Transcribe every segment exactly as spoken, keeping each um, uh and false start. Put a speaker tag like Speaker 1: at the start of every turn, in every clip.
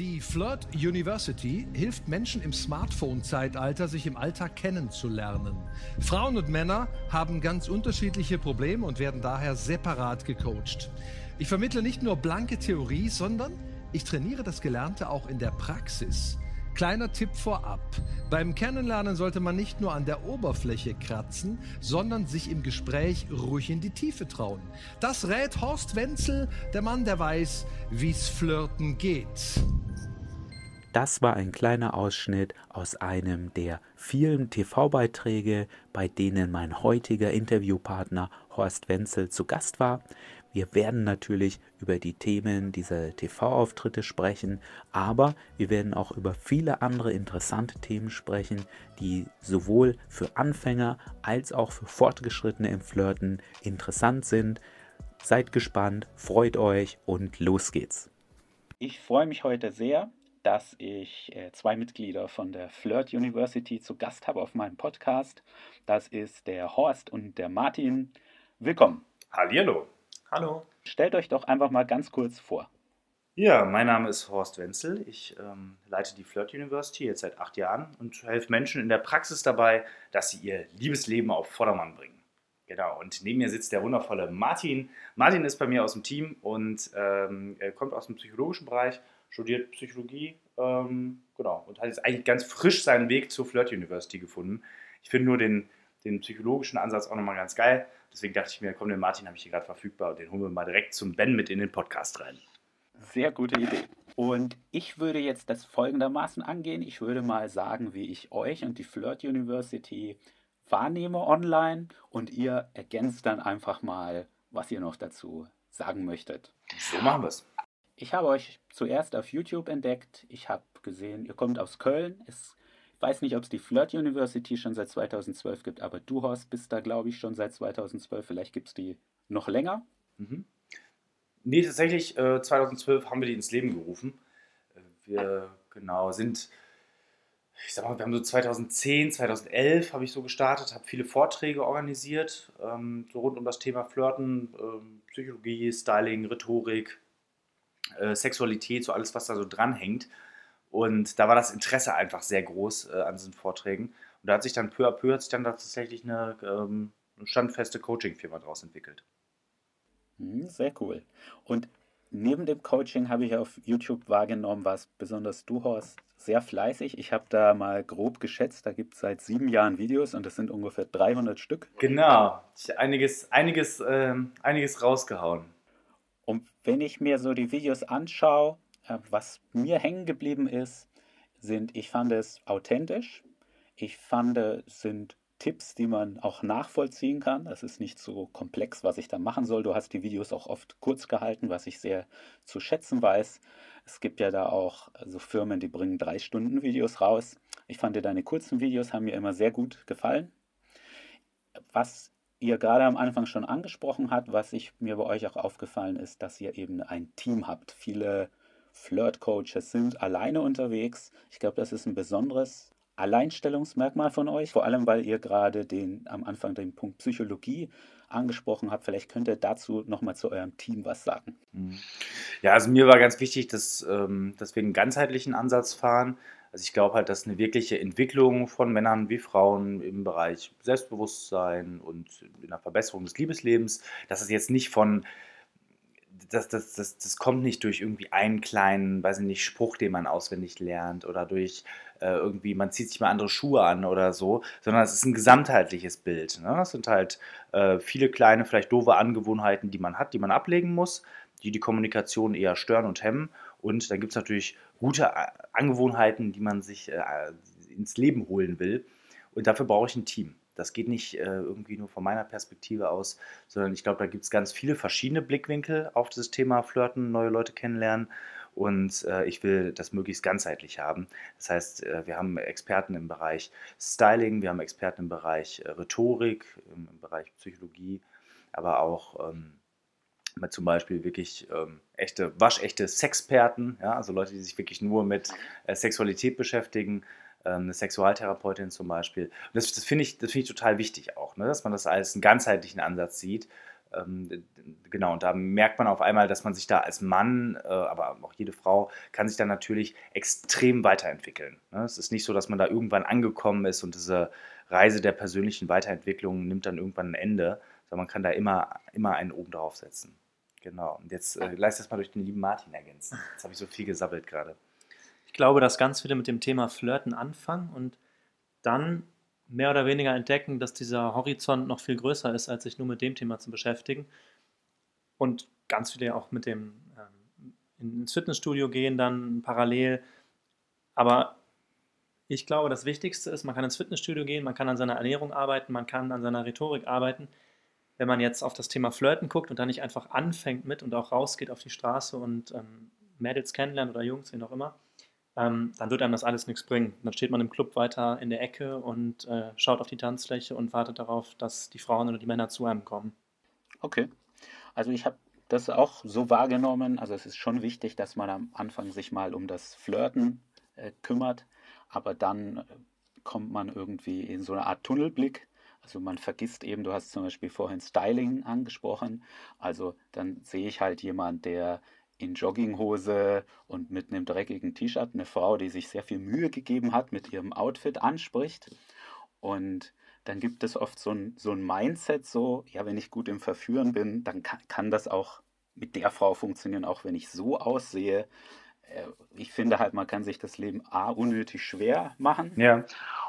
Speaker 1: Die Flirt University hilft Menschen im Smartphone-Zeitalter, sich im Alltag kennenzulernen. Frauen und Männer haben ganz unterschiedliche Probleme und werden daher separat gecoacht. Ich vermittle nicht nur blanke Theorie, sondern ich trainiere das Gelernte auch in der Praxis. Kleiner Tipp vorab: Beim Kennenlernen sollte man nicht nur an der Oberfläche kratzen, sondern sich im Gespräch ruhig in die Tiefe trauen. Das rät Horst Wenzel, der Mann, der weiß, wie's Flirten geht.
Speaker 2: Das war ein kleiner Ausschnitt aus einem der vielen T V-Beiträge, bei denen mein heutiger Interviewpartner Horst Wenzel zu Gast war. Wir werden natürlich über die Themen dieser T V-Auftritte sprechen, aber wir werden auch über viele andere interessante Themen sprechen, die sowohl für Anfänger als auch für Fortgeschrittene im Flirten interessant sind. Seid gespannt, freut euch und los geht's. Ich freue mich heute sehr, dass ich äh, zwei Mitglieder von der Flirt University zu Gast habe auf meinem Podcast. Das ist der Horst und der Martin. Willkommen.
Speaker 3: Hallihallo. Hallo.
Speaker 2: Stellt euch doch einfach mal ganz kurz vor.
Speaker 3: Ja, mein Name ist Horst Wenzel. Ich ähm, leite die Flirt University jetzt seit acht Jahren und helfe Menschen in der Praxis dabei, dass sie ihr Liebesleben auf Vordermann bringen. Genau, und neben mir sitzt der wundervolle Martin. Martin ist bei mir aus dem Team und ähm, er kommt aus dem psychologischen Bereich, studiert Psychologie, ähm, genau, und hat jetzt eigentlich ganz frisch seinen Weg zur Flirt University gefunden. Ich finde nur den, den psychologischen Ansatz auch nochmal ganz geil. Deswegen dachte ich mir, komm, den Martin habe ich hier gerade verfügbar und den holen wir mal direkt zum Ben mit in den Podcast rein.
Speaker 2: Sehr gute Idee. Und ich würde jetzt das folgendermaßen angehen. Ich würde mal sagen, wie ich euch und die Flirt University wahrnehme online und ihr ergänzt dann einfach mal, was ihr noch dazu sagen möchtet.
Speaker 3: So machen wir es.
Speaker 2: Ich habe euch zuerst auf YouTube entdeckt. Ich habe gesehen, ihr kommt aus Köln. Es Ich weiß nicht, ob es die Flirt University schon seit zweitausendzwölf gibt, aber du, Horst, bist da, glaube ich, schon seit zweitausendzwölf. Vielleicht gibt es die noch länger.
Speaker 3: Mhm. Nee, tatsächlich, äh, zweitausendzwölf haben wir die ins Leben gerufen. Äh, wir, genau, sind, ich sag mal, wir haben so zweitausendzehn, zweitausendelf habe ich so gestartet, habe viele Vorträge organisiert, ähm, so rund um das Thema Flirten, ähm, Psychologie, Styling, Rhetorik, äh, Sexualität, so alles, was da so dranhängt. Und da war das Interesse einfach sehr groß äh, an diesen Vorträgen. Und da hat sich dann peu à peu hat sich dann tatsächlich eine, ähm, eine standfeste Coaching-Firma daraus entwickelt.
Speaker 2: Hm, sehr cool. Und neben dem Coaching habe ich auf YouTube wahrgenommen, was besonders du, Horst, sehr fleißig. Ich habe da mal grob geschätzt, da gibt es seit sieben Jahren Videos und das sind ungefähr dreihundert Stück.
Speaker 3: Genau, ich habe einiges, einiges, ähm, einiges rausgehauen.
Speaker 2: Und wenn ich mir so die Videos anschaue, äh, was mir hängen geblieben ist, sind, ich fand es authentisch. Ich fand, es sind Tipps, die man auch nachvollziehen kann. Das ist nicht so komplex, was ich da machen soll. Du hast die Videos auch oft kurz gehalten, was ich sehr zu schätzen weiß. Es gibt ja da auch so Firmen, die bringen drei Stunden Videos raus. Ich fand, deine kurzen Videos haben mir immer sehr gut gefallen. Was ihr gerade am Anfang schon angesprochen habt, was ich, mir bei euch auch aufgefallen ist, dass ihr eben ein Team habt. Viele Flirt-Coaches sind alleine unterwegs. Ich glaube, das ist ein besonderes Alleinstellungsmerkmal von euch, vor allem weil ihr gerade den am Anfang den Punkt Psychologie angesprochen habt. Vielleicht könnt ihr dazu nochmal zu eurem Team was sagen.
Speaker 3: Ja, also mir war ganz wichtig, dass, ähm, dass wir einen ganzheitlichen Ansatz fahren. Also ich glaube halt, dass eine wirkliche Entwicklung von Männern wie Frauen im Bereich Selbstbewusstsein und in der Verbesserung des Liebeslebens, dass es jetzt nicht von Das, das, das, das kommt nicht durch irgendwie einen kleinen, weiß ich nicht, Spruch, den man auswendig lernt oder durch äh, irgendwie, man zieht sich mal andere Schuhe an oder so, sondern es ist ein gesamtheitliches Bild. Ne? Es sind halt äh, viele kleine, vielleicht doofe Angewohnheiten, die man hat, die man ablegen muss, die die Kommunikation eher stören und hemmen. Und dann gibt es natürlich gute A- Angewohnheiten, die man sich äh, ins Leben holen will. Und dafür brauche ich ein Team. Das geht nicht äh, irgendwie nur von meiner Perspektive aus, sondern ich glaube, da gibt es ganz viele verschiedene Blickwinkel auf dieses Thema Flirten, neue Leute kennenlernen. Und äh, ich will das möglichst ganzheitlich haben. Das heißt, äh, wir haben Experten im Bereich Styling, wir haben Experten im Bereich äh, Rhetorik, im, im Bereich Psychologie, aber auch ähm, zum Beispiel wirklich ähm, echte, waschechte Sexperten, ja, also Leute, die sich wirklich nur mit äh, Sexualität beschäftigen, ähm, eine Sexualtherapeutin zum Beispiel. Und das, das finde ich, das finde ich total wichtig auch, ne, dass man das als einen ganzheitlichen Ansatz sieht. Ähm, d- d- genau, und da merkt man auf einmal, dass man sich da als Mann, äh, aber auch jede Frau, kann sich dann natürlich extrem weiterentwickeln. Ne? Es ist nicht so, dass man da irgendwann angekommen ist und diese Reise der persönlichen Weiterentwicklung nimmt dann irgendwann ein Ende, sondern man kann da immer, immer einen oben drauf setzen. Genau. Und jetzt äh, lass das mal durch den lieben Martin ergänzen. Jetzt habe ich so viel gesabbelt gerade.
Speaker 4: Ich glaube, dass ganz viele mit dem Thema Flirten anfangen und dann mehr oder weniger entdecken, dass dieser Horizont noch viel größer ist, als sich nur mit dem Thema zu beschäftigen. Und ganz viele auch mit dem ähm, ins Fitnessstudio gehen dann parallel. Aber ich glaube, das Wichtigste ist, man kann ins Fitnessstudio gehen, man kann an seiner Ernährung arbeiten, man kann an seiner Rhetorik arbeiten. Wenn man jetzt auf das Thema Flirten guckt und dann nicht einfach anfängt mit und auch rausgeht auf die Straße und ähm, Mädels kennenlernt oder Jungs, wen auch immer, ähm, dann wird einem das alles nichts bringen. Dann steht man im Club weiter in der Ecke und äh, schaut auf die Tanzfläche und wartet darauf, dass die Frauen oder die Männer zu einem kommen.
Speaker 2: Okay. Also ich habe das auch so wahrgenommen. Also es ist schon wichtig, dass man am Anfang sich mal um das Flirten äh, kümmert, aber dann äh, kommt man irgendwie in so eine Art Tunnelblick. Also man vergisst eben, du hast zum Beispiel vorhin Styling angesprochen. Also dann sehe ich halt jemand, der in Jogginghose und mit einem dreckigen T-Shirt eine Frau, die sich sehr viel Mühe gegeben hat, mit ihrem Outfit anspricht. Und dann gibt es oft so ein, so ein Mindset, so, ja, wenn ich gut im Verführen bin, dann kann, kann das auch mit der Frau funktionieren, auch wenn ich so aussehe. Äh, Ich finde halt, man kann sich das Leben A, unnötig schwer machen.
Speaker 3: Ja.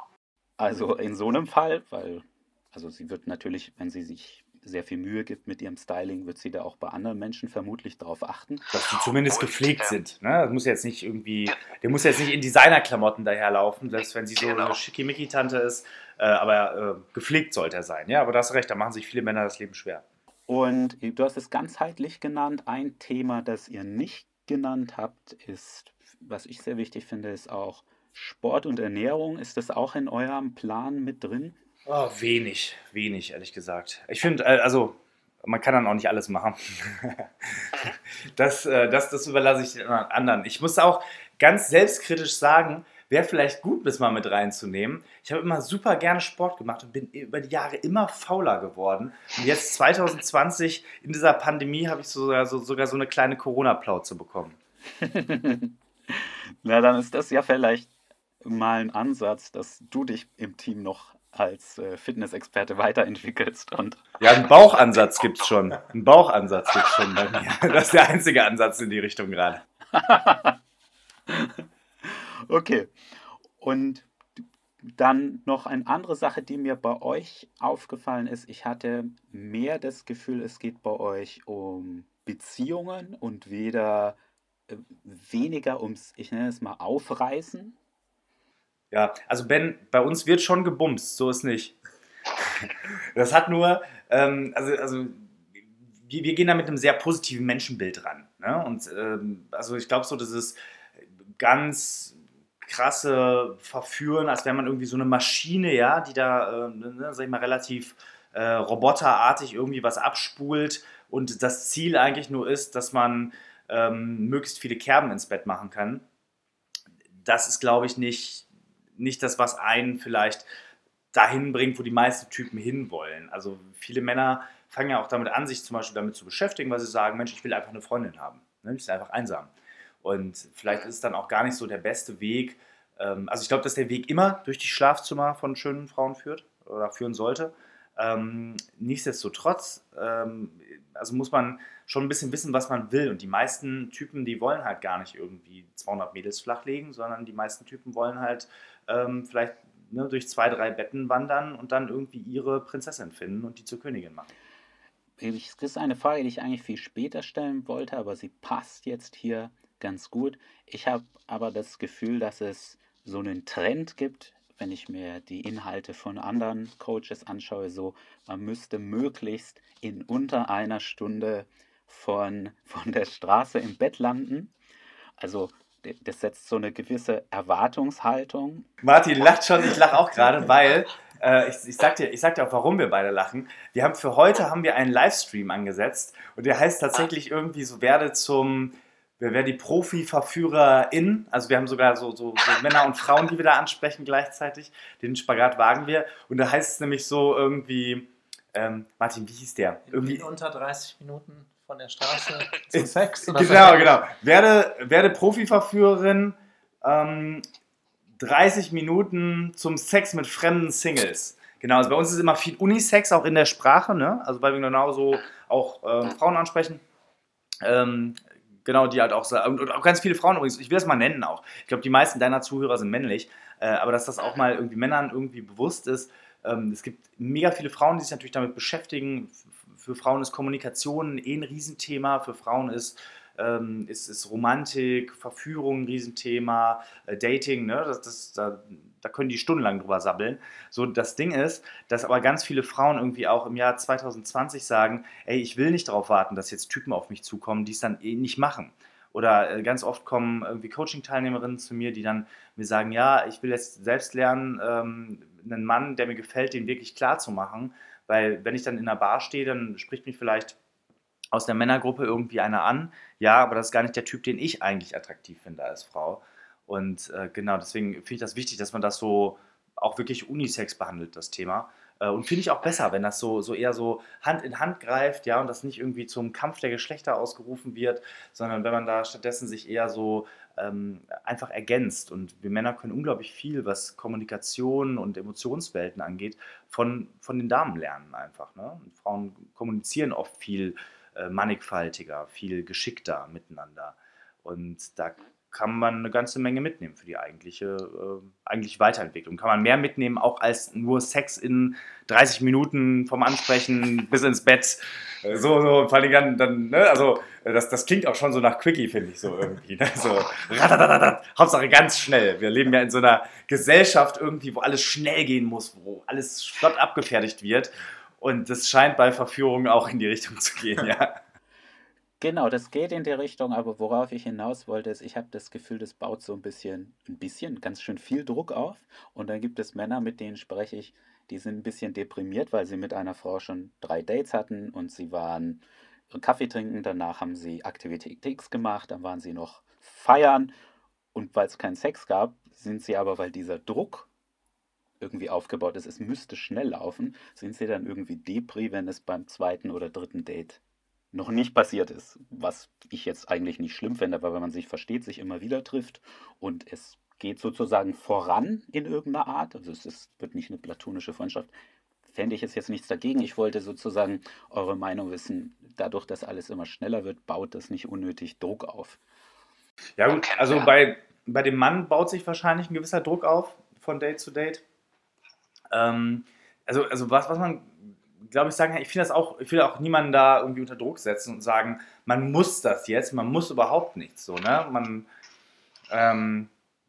Speaker 2: Also in so einem Fall, weil, also sie wird natürlich, wenn sie sich sehr viel Mühe gibt mit ihrem Styling, wird sie da auch bei anderen Menschen vermutlich darauf achten.
Speaker 3: Dass die zumindest gepflegt sind. Ne? Das muss jetzt nicht irgendwie, der muss jetzt nicht in Designerklamotten daherlaufen, selbst wenn sie so eine Schickimicki-Tante ist, äh, aber äh, gepflegt sollte er sein. Ja, aber da hast du recht, da machen sich viele Männer das Leben schwer.
Speaker 2: Und du hast es ganzheitlich genannt. Ein Thema, das ihr nicht genannt habt, ist, was ich sehr wichtig finde, ist auch Sport und Ernährung. Ist das auch in eurem Plan mit drin?
Speaker 3: Oh, wenig, wenig, ehrlich gesagt. Ich finde, äh, also, man kann dann auch nicht alles machen. das, äh, das, das überlasse ich den anderen. Ich muss auch ganz selbstkritisch sagen, wäre vielleicht gut, das mal mit reinzunehmen. Ich habe immer super gerne Sport gemacht und bin über die Jahre immer fauler geworden. Und jetzt zwanzig zwanzig, in dieser Pandemie, habe ich sogar so, sogar so eine kleine Corona-Plauze bekommen.
Speaker 2: Na, dann ist das ja vielleicht mal ein Ansatz, dass du dich im Team noch als äh, Fitnessexperte weiterentwickelst. Und
Speaker 3: Ja, einen Bauchansatz gibt es schon. Einen Bauchansatz gibt es schon bei mir. Das ist der einzige Ansatz in die Richtung gerade.
Speaker 2: okay. Und dann noch eine andere Sache, die mir bei euch aufgefallen ist. Ich hatte mehr das Gefühl, es geht bei euch um Beziehungen und weder äh, weniger ums, ich nenne es mal, Aufreißen.
Speaker 3: Ja, also Ben, bei uns wird schon gebumst, so ist nicht. Das hat nur, ähm, also, also wir, wir gehen da mit einem sehr positiven Menschenbild ran. Ne? Und ähm, also ich glaube so, das ist ganz krasse Verführen, als wäre man irgendwie so eine Maschine, ja, die da, äh, ne, sag ich mal, relativ äh, roboterartig irgendwie was abspult und das Ziel eigentlich nur ist, dass man ähm, möglichst viele Kerben ins Bett machen kann. Das ist, glaube ich, nicht, nicht das, was einen vielleicht dahin bringt, wo die meisten Typen hinwollen. Also viele Männer fangen ja auch damit an, sich zum Beispiel damit zu beschäftigen, weil sie sagen, Mensch, ich will einfach eine Freundin haben. Ne? Ich bin einfach einsam. Und vielleicht ist es dann auch gar nicht so der beste Weg. Ähm, also ich glaube, dass der Weg immer durch die Schlafzimmer von schönen Frauen führt oder führen sollte. Ähm, nichtsdestotrotz, ähm, also muss man schon ein bisschen wissen, was man will. Und die meisten Typen, die wollen halt gar nicht irgendwie zweihundert Mädels flachlegen, sondern die meisten Typen wollen halt ähm, vielleicht ne, durch zwei, drei Betten wandern und dann irgendwie ihre Prinzessin finden und die zur Königin machen.
Speaker 2: Das ist eine Frage, die ich eigentlich viel später stellen wollte, aber sie passt jetzt hier ganz gut. Ich habe aber das Gefühl, dass es so einen Trend gibt, wenn ich mir die Inhalte von anderen Coaches anschaue, so, man müsste möglichst in unter einer Stunde von, von der Straße im Bett landen. Also das setzt so eine gewisse Erwartungshaltung.
Speaker 3: Martin lacht schon, ich lache auch gerade, weil, äh, ich, ich, sag dir, ich sag dir auch, warum wir beide lachen. Wir haben für heute haben wir einen Livestream angesetzt und der heißt tatsächlich irgendwie so, werde zum... Wer wäre die Profi-Verführerin? Also wir haben sogar so, so, so Männer und Frauen, die wir da ansprechen gleichzeitig. Den Spagat wagen wir. Und da heißt es nämlich so irgendwie, Ähm, Martin, wie hieß der?
Speaker 4: Irgendwie in unter dreißig Minuten von der Straße zum Sex? Oder
Speaker 3: genau, genau. Werde, werde Profiverführerin, ähm, dreißig Minuten zum Sex mit fremden Singles. Genau, also bei uns ist immer viel Unisex, auch in der Sprache, ne? Also weil wir genauso auch ähm, Frauen ansprechen. Ähm, genau, die halt auch, und, und auch ganz viele Frauen übrigens, ich will das mal nennen auch. Ich glaube, die meisten deiner Zuhörer sind männlich, äh, aber dass das auch mal irgendwie Männern irgendwie bewusst ist. Ähm, es gibt mega viele Frauen, die sich natürlich damit beschäftigen. Für Frauen ist Kommunikation eh ein Riesenthema, für Frauen ist, ähm, ist, ist Romantik, Verführung ein Riesenthema, äh, Dating, ne? das, das, da, da können die stundenlang drüber sabbeln. So, das Ding ist, dass aber ganz viele Frauen irgendwie auch im Jahr zwanzig zwanzig sagen, ey, ich will nicht darauf warten, dass jetzt Typen auf mich zukommen, die es dann eh nicht machen. Oder äh, ganz oft kommen irgendwie Coaching-Teilnehmerinnen zu mir, die dann mir sagen, ja, ich will jetzt selbst lernen, ähm, einen Mann, der mir gefällt, den wirklich klar zu machen. Weil wenn ich dann in einer Bar stehe, dann spricht mich vielleicht aus der Männergruppe irgendwie einer an. Ja, aber das ist gar nicht der Typ, den ich eigentlich attraktiv finde als Frau. Und äh, genau, deswegen finde ich das wichtig, dass man das so auch wirklich unisex behandelt, das Thema. Äh, und finde ich auch besser, wenn das so, so eher so Hand in Hand greift, ja, und das nicht irgendwie zum Kampf der Geschlechter ausgerufen wird, sondern wenn man da stattdessen sich eher so ähm, einfach ergänzt. Und wir Männer können unglaublich viel, was Kommunikation und Emotionswelten angeht, von, von den Damen lernen einfach. Ne? Und Frauen kommunizieren oft viel äh, mannigfaltiger, viel geschickter miteinander. Und da kann man eine ganze Menge mitnehmen für die eigentliche, äh, eigentliche Weiterentwicklung. Kann man mehr mitnehmen, auch als nur Sex in dreißig Minuten vom Ansprechen bis ins Bett. Äh, so, so, vor allem dann, dann ne? Also das, das klingt auch schon so nach Quickie, finde ich so irgendwie. Ne? So, ratatatat, Hauptsache ganz schnell. Wir leben ja in so einer Gesellschaft irgendwie, wo alles schnell gehen muss, wo alles flott abgefertigt wird. Und das scheint bei Verführungen auch in die Richtung zu gehen, ja.
Speaker 2: Genau, das geht in die Richtung, aber worauf ich hinaus wollte, ist, ich habe das Gefühl, das baut so ein bisschen, ein bisschen, ganz schön viel Druck auf. Und dann gibt es Männer, mit denen spreche ich, die sind ein bisschen deprimiert, weil sie mit einer Frau schon drei Dates hatten und sie waren Kaffee trinken, danach haben sie Aktivität X gemacht, dann waren sie noch feiern und weil es keinen Sex gab, sind sie aber, weil dieser Druck irgendwie aufgebaut ist, es müsste schnell laufen, sind sie dann irgendwie Depri, wenn es beim zweiten oder dritten Date noch nicht passiert ist, was ich jetzt eigentlich nicht schlimm finde, aber wenn man sich versteht, sich immer wieder trifft und es geht sozusagen voran in irgendeiner Art, also es ist, wird nicht eine platonische Freundschaft, fände ich es jetzt nichts dagegen. Ich wollte sozusagen eure Meinung wissen, dadurch, dass alles immer schneller wird, baut das nicht unnötig Druck auf.
Speaker 3: Ja gut, also bei, bei dem Mann baut sich wahrscheinlich ein gewisser Druck auf, von Date zu Date. Ähm, also, also was, was man, glaube ich, sagen kann, ich finde das auch, ich will auch niemanden da irgendwie unter Druck setzen und sagen, man muss das jetzt, man muss überhaupt nichts so, ne? Man, ähm,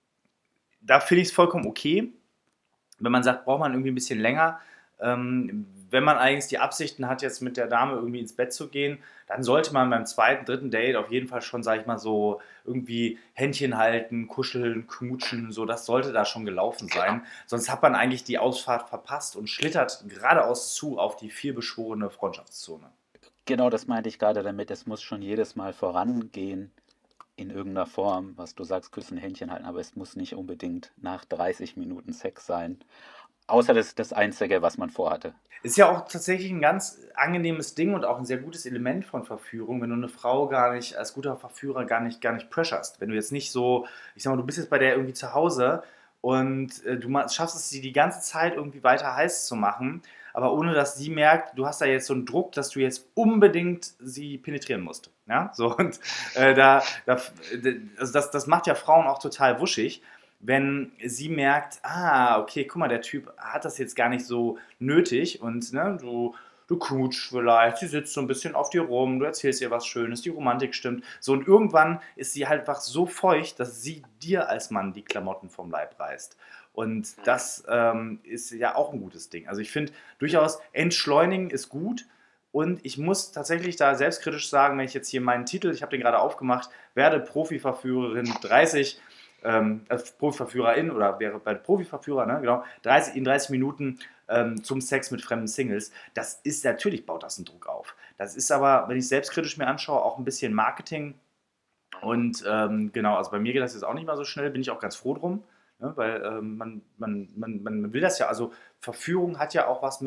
Speaker 3: da finde ich es vollkommen okay, wenn man sagt, braucht man irgendwie ein bisschen länger. Ähm, wenn man eigentlich die Absichten hat, jetzt mit der Dame irgendwie ins Bett zu gehen, dann sollte man beim zweiten, dritten Date auf jeden Fall schon, sag ich mal, so irgendwie Händchen halten, kuscheln, knutschen, so, das sollte da schon gelaufen sein. Sonst hat man eigentlich die Ausfahrt verpasst und schlittert geradeaus zu auf die vielbeschworene Freundschaftszone.
Speaker 2: Genau, das meinte ich gerade damit, es muss schon jedes Mal vorangehen in irgendeiner Form, was du sagst, küssen, Händchen halten, aber es muss nicht unbedingt nach dreißig Minuten Sex sein. Außer das ist das Einzige, was man vorhatte.
Speaker 3: Ist ja auch tatsächlich ein ganz angenehmes Ding und auch ein sehr gutes Element von Verführung, wenn du eine Frau gar nicht, als guter Verführer gar nicht, gar nicht pressurst. Wenn du jetzt nicht so, ich sag mal, du bist jetzt bei der irgendwie zu Hause und äh, du schaffst es, sie die ganze Zeit irgendwie weiter heiß zu machen, aber ohne dass sie merkt, du hast da jetzt so einen Druck, dass du jetzt unbedingt sie penetrieren musst. Ja, so und äh, da, da also das, das macht ja Frauen auch total wuschig, wenn sie merkt, ah, okay, guck mal, der Typ hat das jetzt gar nicht so nötig und ne, du, du knutschst vielleicht, sie sitzt so ein bisschen auf dir rum, du erzählst ihr was Schönes, die Romantik stimmt. So und irgendwann ist sie halt einfach so feucht, dass sie dir als Mann die Klamotten vom Leib reißt. Und das ähm, ist ja auch ein gutes Ding. Also ich finde durchaus, entschleunigen ist gut. Und ich muss tatsächlich da selbstkritisch sagen, wenn ich jetzt hier meinen Titel, ich habe den gerade aufgemacht, werde Profiverführerin dreißig, ähm, als Profiverführerin oder wäre bei Profiverführer, ne, genau, dreißig, in dreißig Minuten ähm, zum Sex mit fremden Singles. Das ist natürlich, baut das einen Druck auf. Das ist aber, wenn ich es selbstkritisch mir anschaue, auch ein bisschen Marketing. Und ähm, genau, also bei mir geht das jetzt auch nicht mal so schnell, bin ich auch ganz froh drum. Ne, weil ähm, man, man, man, man will das ja, also Verführung hat ja auch was mit,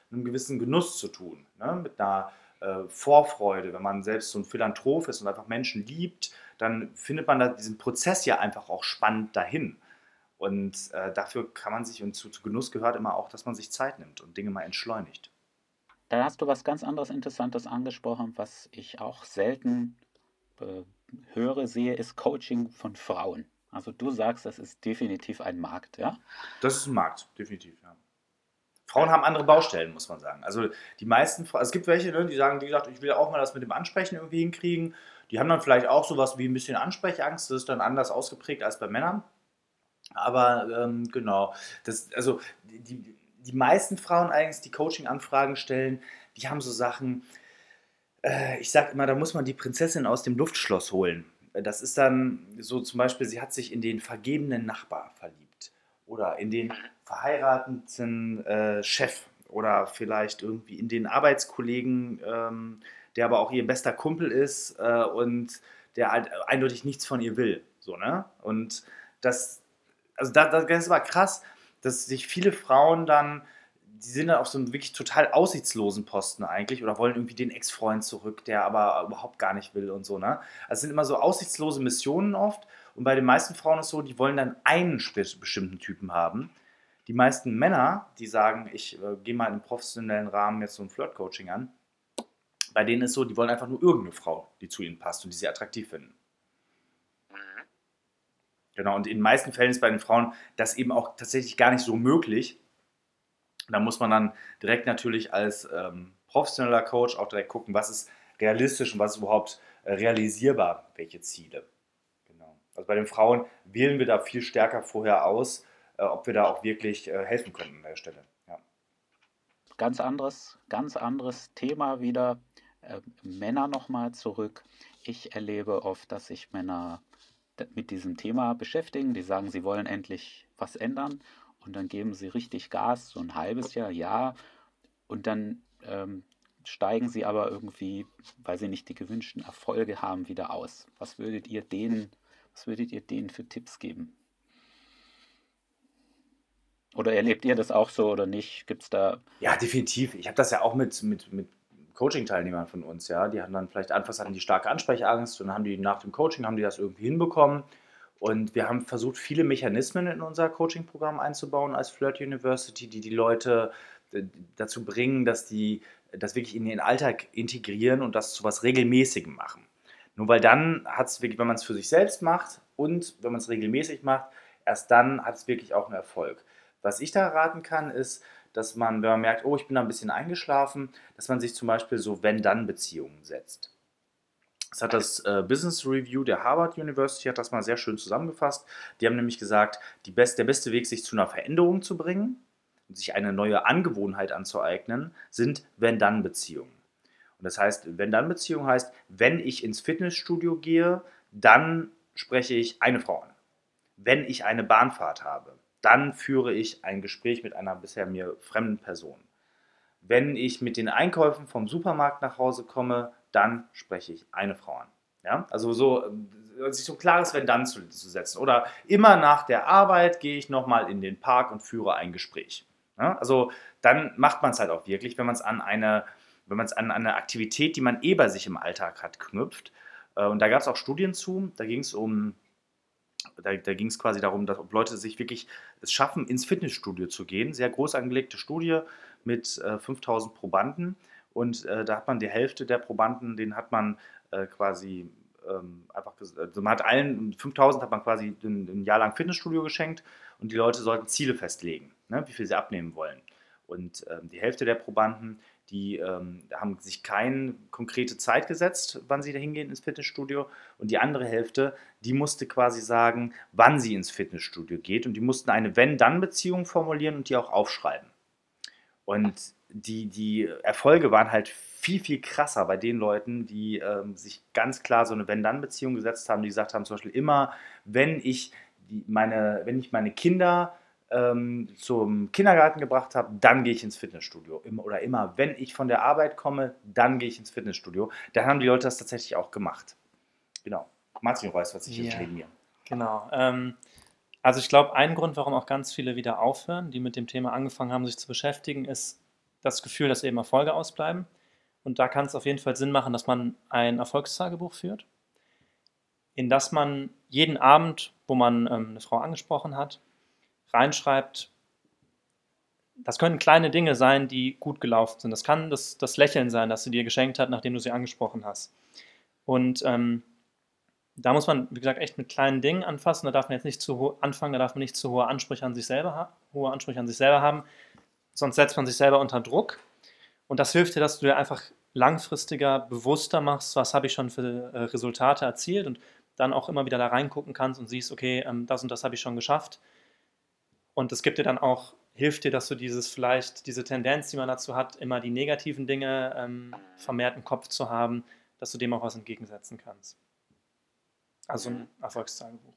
Speaker 3: einem gewissen Genuss zu tun, ne? Mit einer äh, Vorfreude. Wenn man selbst so ein Philanthrop ist und einfach Menschen liebt, dann findet man da diesen Prozess ja einfach auch spannend dahin. Und äh, dafür kann man sich, und zu, zu Genuss gehört immer auch, dass man sich Zeit nimmt und Dinge mal entschleunigt.
Speaker 2: Da hast du was ganz anderes Interessantes angesprochen, was ich auch selten äh, höre, sehe, ist Coaching von Frauen. Also du sagst, das ist definitiv ein Markt, ja?
Speaker 3: Das ist ein Markt, definitiv, ja. Frauen haben andere Baustellen, muss man sagen. Also die meisten, Fra- es gibt welche, ne, die sagen, wie gesagt, ich will auch mal das mit dem Ansprechen irgendwie hinkriegen. Die haben dann vielleicht auch sowas wie ein bisschen Ansprechangst. Das ist dann anders ausgeprägt als bei Männern. Aber ähm, genau, das, also die, die meisten Frauen eigentlich, die Coaching-Anfragen stellen, die haben so Sachen, äh, ich sag immer, da muss man die Prinzessin aus dem Luftschloss holen. Das ist dann so zum Beispiel, sie hat sich in den vergebenen Nachbar verliebt oder in den verheirateten äh, Chef oder vielleicht irgendwie in den Arbeitskollegen, ähm, der aber auch ihr bester Kumpel ist äh, und der halt eindeutig nichts von ihr will. So, ne? Und das, also da, das ist aber krass, dass sich viele Frauen dann, die sind dann auf so einem wirklich total aussichtslosen Posten eigentlich oder wollen irgendwie den Ex-Freund zurück, der aber überhaupt gar nicht will und so, ne? Also es sind immer so aussichtslose Missionen oft und bei den meisten Frauen ist es so, die wollen dann einen spe- bestimmten Typen haben. Die meisten Männer, die sagen, ich äh, gehe mal im professionellen Rahmen jetzt so ein Flirt-Coaching an, bei denen ist so, die wollen einfach nur irgendeine Frau, die zu ihnen passt und die sie attraktiv finden. Genau, und in den meisten Fällen ist bei den Frauen das eben auch tatsächlich gar nicht so möglich. Da muss man dann direkt natürlich als ähm, professioneller Coach auch direkt gucken, was ist realistisch und was ist überhaupt äh, realisierbar, welche Ziele. Genau. Also bei den Frauen wählen wir da viel stärker vorher aus, äh, ob wir da auch wirklich äh, helfen können an der Stelle. Ja.
Speaker 2: Ganz anderes, ganz anderes Thema wieder. Äh, Männer nochmal zurück. Ich erlebe oft, dass sich Männer d- mit diesem Thema beschäftigen. Die sagen, sie wollen endlich was ändern und dann geben sie richtig Gas, so ein halbes Jahr, Jahr und dann ähm, steigen sie aber irgendwie, weil sie nicht die gewünschten Erfolge haben, wieder aus. Was würdet ihr denen, was würdet ihr denen für Tipps geben? Oder erlebt ihr das auch so oder nicht? Gibt es da,
Speaker 3: Ja, definitiv. Ich habe das ja auch mit, mit, mit Coaching-Teilnehmern von uns, ja. Die hatten dann vielleicht anfangs hatten die starke Ansprechangst und dann haben die nach dem Coaching haben die das irgendwie hinbekommen. Und wir haben versucht, viele Mechanismen in unser Coaching-Programm einzubauen als Flirt University, die die Leute äh, dazu bringen, dass die das wirklich in ihren Alltag integrieren und das zu was Regelmäßigem machen. Nur weil dann hat es wirklich, wenn man es für sich selbst macht und wenn man es regelmäßig macht, erst dann hat es wirklich auch einen Erfolg. Was ich da raten kann, ist, dass man, wenn man merkt, oh, ich bin da ein bisschen eingeschlafen, dass man sich zum Beispiel so Wenn-Dann-Beziehungen setzt. Das hat das äh, Business Review der Harvard University hat das mal sehr schön zusammengefasst. Die haben nämlich gesagt, die best, der beste Weg, sich zu einer Veränderung zu bringen und sich eine neue Angewohnheit anzueignen, sind Wenn-Dann-Beziehungen. Und das heißt, Wenn-Dann-Beziehung heißt, wenn ich ins Fitnessstudio gehe, dann spreche ich eine Frau an. Wenn ich eine Bahnfahrt habe, dann führe ich ein Gespräch mit einer bisher mir fremden Person. Wenn ich mit den Einkäufen vom Supermarkt nach Hause komme, dann spreche ich eine Frau an. Ja? Also so, äh, sich so ein klares Wenn-Dann zu, zu setzen. Oder immer nach der Arbeit gehe ich nochmal in den Park und führe ein Gespräch. Ja? Also dann macht man es halt auch wirklich, wenn man es an eine, wenn man es an eine Aktivität, die man eh bei sich im Alltag hat, knüpft. Äh, Und da gab es auch Studien zu, da ging es um da, da ging es quasi darum, dass ob Leute sich wirklich es schaffen, ins Fitnessstudio zu gehen. Sehr groß angelegte Studie mit äh, fünftausend Probanden. Und äh, da hat man die Hälfte der Probanden, denen hat man äh, quasi ähm, einfach, ges- also man hat allen, fünftausend hat man quasi ein, ein Jahr lang Fitnessstudio geschenkt und die Leute sollten Ziele festlegen, ne, wie viel sie abnehmen wollen. Und ähm, die Hälfte der Probanden, die ähm, haben sich keine konkrete Zeit gesetzt, wann sie da hingehen ins Fitnessstudio. Und die andere Hälfte, die musste quasi sagen, wann sie ins Fitnessstudio geht. Und die mussten eine Wenn-Dann-Beziehung formulieren und die auch aufschreiben. Und die, die Erfolge waren halt viel, viel krasser bei den Leuten, die ähm, sich ganz klar so eine Wenn-Dann-Beziehung gesetzt haben, die gesagt haben, zum Beispiel immer, wenn ich die, meine, wenn ich meine Kinder ähm, zum Kindergarten gebracht habe, dann gehe ich ins Fitnessstudio. Immer, oder immer, wenn ich von der Arbeit komme, dann gehe ich ins Fitnessstudio. Dann haben die Leute das tatsächlich auch gemacht. Genau. Martin weiß, was ich jetzt
Speaker 4: Ja,
Speaker 3: neben mir.
Speaker 4: genau. Ähm, also ich glaube, ein Grund, warum auch ganz viele wieder aufhören, die mit dem Thema angefangen haben, sich zu beschäftigen, ist, das Gefühl, dass eben Erfolge ausbleiben. Und da kann es auf jeden Fall Sinn machen, dass man ein Erfolgstagebuch führt, in das man jeden Abend, wo man ähm, eine Frau angesprochen hat, reinschreibt, das können kleine Dinge sein, die gut gelaufen sind. Das kann das, das Lächeln sein, das sie dir geschenkt hat, nachdem du sie angesprochen hast. Und ähm, da muss man, wie gesagt, echt mit kleinen Dingen anfassen. Da darf man jetzt nicht zu hoch anfangen, da darf man nicht zu hohe Ansprüche an sich selber, ha- hohe Ansprüche an sich selber haben, sonst setzt man sich selber unter Druck. Und das hilft dir, dass du dir einfach langfristiger bewusster machst, was habe ich schon für äh, Resultate erzielt und dann auch immer wieder da reingucken kannst und siehst, okay, ähm, das und das habe ich schon geschafft. Und es gibt dir dann auch, hilft dir, dass du dieses vielleicht, diese Tendenz, die man dazu hat, immer die negativen Dinge ähm, vermehrt im Kopf zu haben, dass du dem auch was entgegensetzen kannst. Also ein Erfolgstagebuch.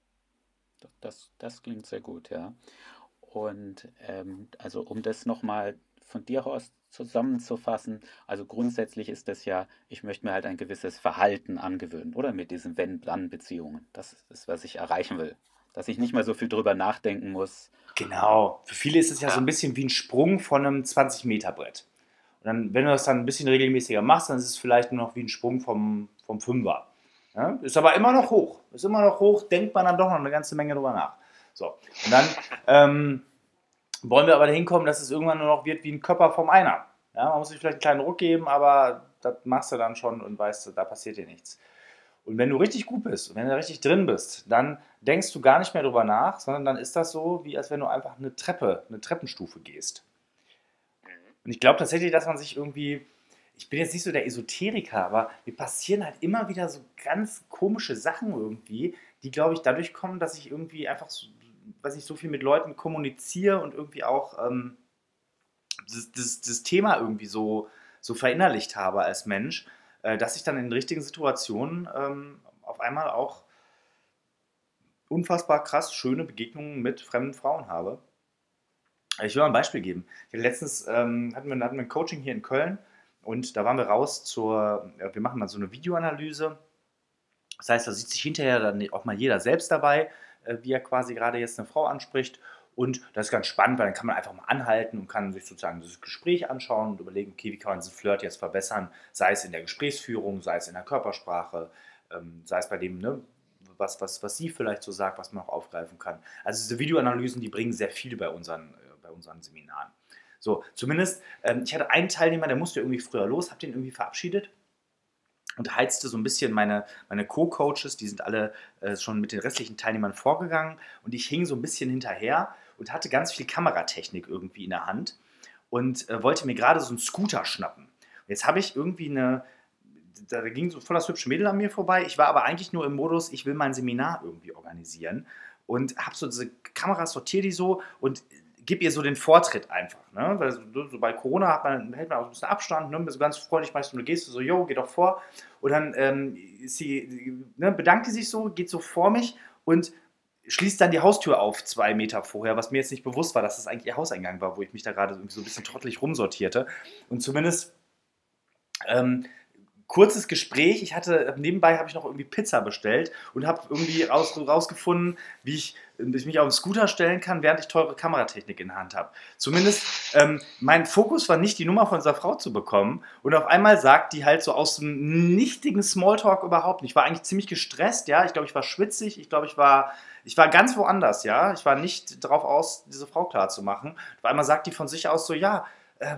Speaker 2: Das, das klingt sehr gut, ja. Und ähm, also um das nochmal von dir aus zusammenzufassen, also grundsätzlich ist das ja, ich möchte mir halt ein gewisses Verhalten angewöhnen, oder mit diesen Wenn-Dann-Beziehungen. Das ist, was ich erreichen will. Dass ich nicht mehr so viel drüber nachdenken muss.
Speaker 3: Genau. Für viele ist es ja, ja so ein bisschen wie ein Sprung von einem zwanzig-Meter-Brett. Und dann, wenn du das dann ein bisschen regelmäßiger machst, dann ist es vielleicht nur noch wie ein Sprung vom, vom Fünfer. Ja? Ist aber immer noch hoch. Ist immer noch hoch, denkt man dann doch noch eine ganze Menge drüber nach. So. Und dann ähm, wollen wir aber dahin kommen, dass es irgendwann nur noch wird wie ein Körper vom Einer. Ja? Man muss sich vielleicht einen kleinen Ruck geben, aber das machst du dann schon und weißt, da passiert dir nichts. Und wenn du richtig gut bist und wenn du richtig drin bist, dann denkst du gar nicht mehr drüber nach, sondern dann ist das so, wie als wenn du einfach eine Treppe, eine Treppenstufe gehst. Und ich glaube tatsächlich, dass man sich irgendwie, ich bin jetzt nicht so der Esoteriker, aber mir passieren halt immer wieder so ganz komische Sachen irgendwie, die, glaube ich, dadurch kommen, dass ich irgendwie einfach, so, weiß ich, so viel mit Leuten kommuniziere und irgendwie auch ähm, das, das, das Thema irgendwie so, so verinnerlicht habe als Mensch, äh, dass ich dann in richtigen Situationen ähm, auf einmal auch unfassbar krass schöne Begegnungen mit fremden Frauen habe. Ich will mal ein Beispiel geben. Letztens ähm, hatten, wir, hatten wir ein Coaching hier in Köln und da waren wir raus zur, ja, wir machen dann so eine Videoanalyse. Das heißt, da sieht sich hinterher dann auch mal jeder selbst dabei, äh, wie er quasi gerade jetzt eine Frau anspricht. Und das ist ganz spannend, weil dann kann man einfach mal anhalten und kann sich sozusagen das Gespräch anschauen und überlegen, okay, wie kann man diesen Flirt jetzt verbessern, sei es in der Gesprächsführung, sei es in der Körpersprache, ähm, sei es bei dem, ne, was, was, was sie vielleicht so sagt, was man auch aufgreifen kann. Also diese Videoanalysen, die bringen sehr viel bei unseren, äh, bei unseren Seminaren. So, zumindest, ähm, ich hatte einen Teilnehmer, der musste irgendwie früher los, habe den irgendwie verabschiedet und heizte so ein bisschen meine, meine Co-Coaches, die sind alle äh, schon mit den restlichen Teilnehmern vorgegangen und ich hing so ein bisschen hinterher und hatte ganz viel Kameratechnik irgendwie in der Hand und äh, wollte mir gerade so einen Scooter schnappen. Und jetzt habe ich irgendwie eine, da ging so voll das hübsche Mädel an mir vorbei, ich war aber eigentlich nur im Modus, ich will mein Seminar irgendwie organisieren und habe so diese Kameras, sortiere die so und gib ihr so den Vortritt einfach. Ne? Weil so, so bei Corona hat man, hält man auch ein bisschen Abstand, ne? So ganz freundlich meist du gehst, so, jo, geh doch vor. Und dann ähm, sie, ne, bedankt sie sich so, geht so vor mich und schließt dann die Haustür auf, zwei Meter vorher, was mir jetzt nicht bewusst war, dass das eigentlich ihr Hauseingang war, wo ich mich da gerade so ein bisschen trottelig rumsortierte. Und zumindest ähm, kurzes Gespräch. Ich hatte, nebenbei habe ich noch irgendwie Pizza bestellt und habe irgendwie raus, rausgefunden, wie ich, ich mich auf den Scooter stellen kann, während ich teure Kameratechnik in der Hand habe. Zumindest ähm, mein Fokus war nicht, die Nummer von dieser Frau zu bekommen. Und auf einmal sagt die halt so aus dem nichtigen Smalltalk überhaupt nicht. Ich war eigentlich ziemlich gestresst, ja. Ich glaube, ich war schwitzig. Ich glaube, ich war, ich war ganz woanders, ja. Ich war nicht darauf aus, diese Frau klar zu machen. Auf einmal sagt die von sich aus so, ja, äh,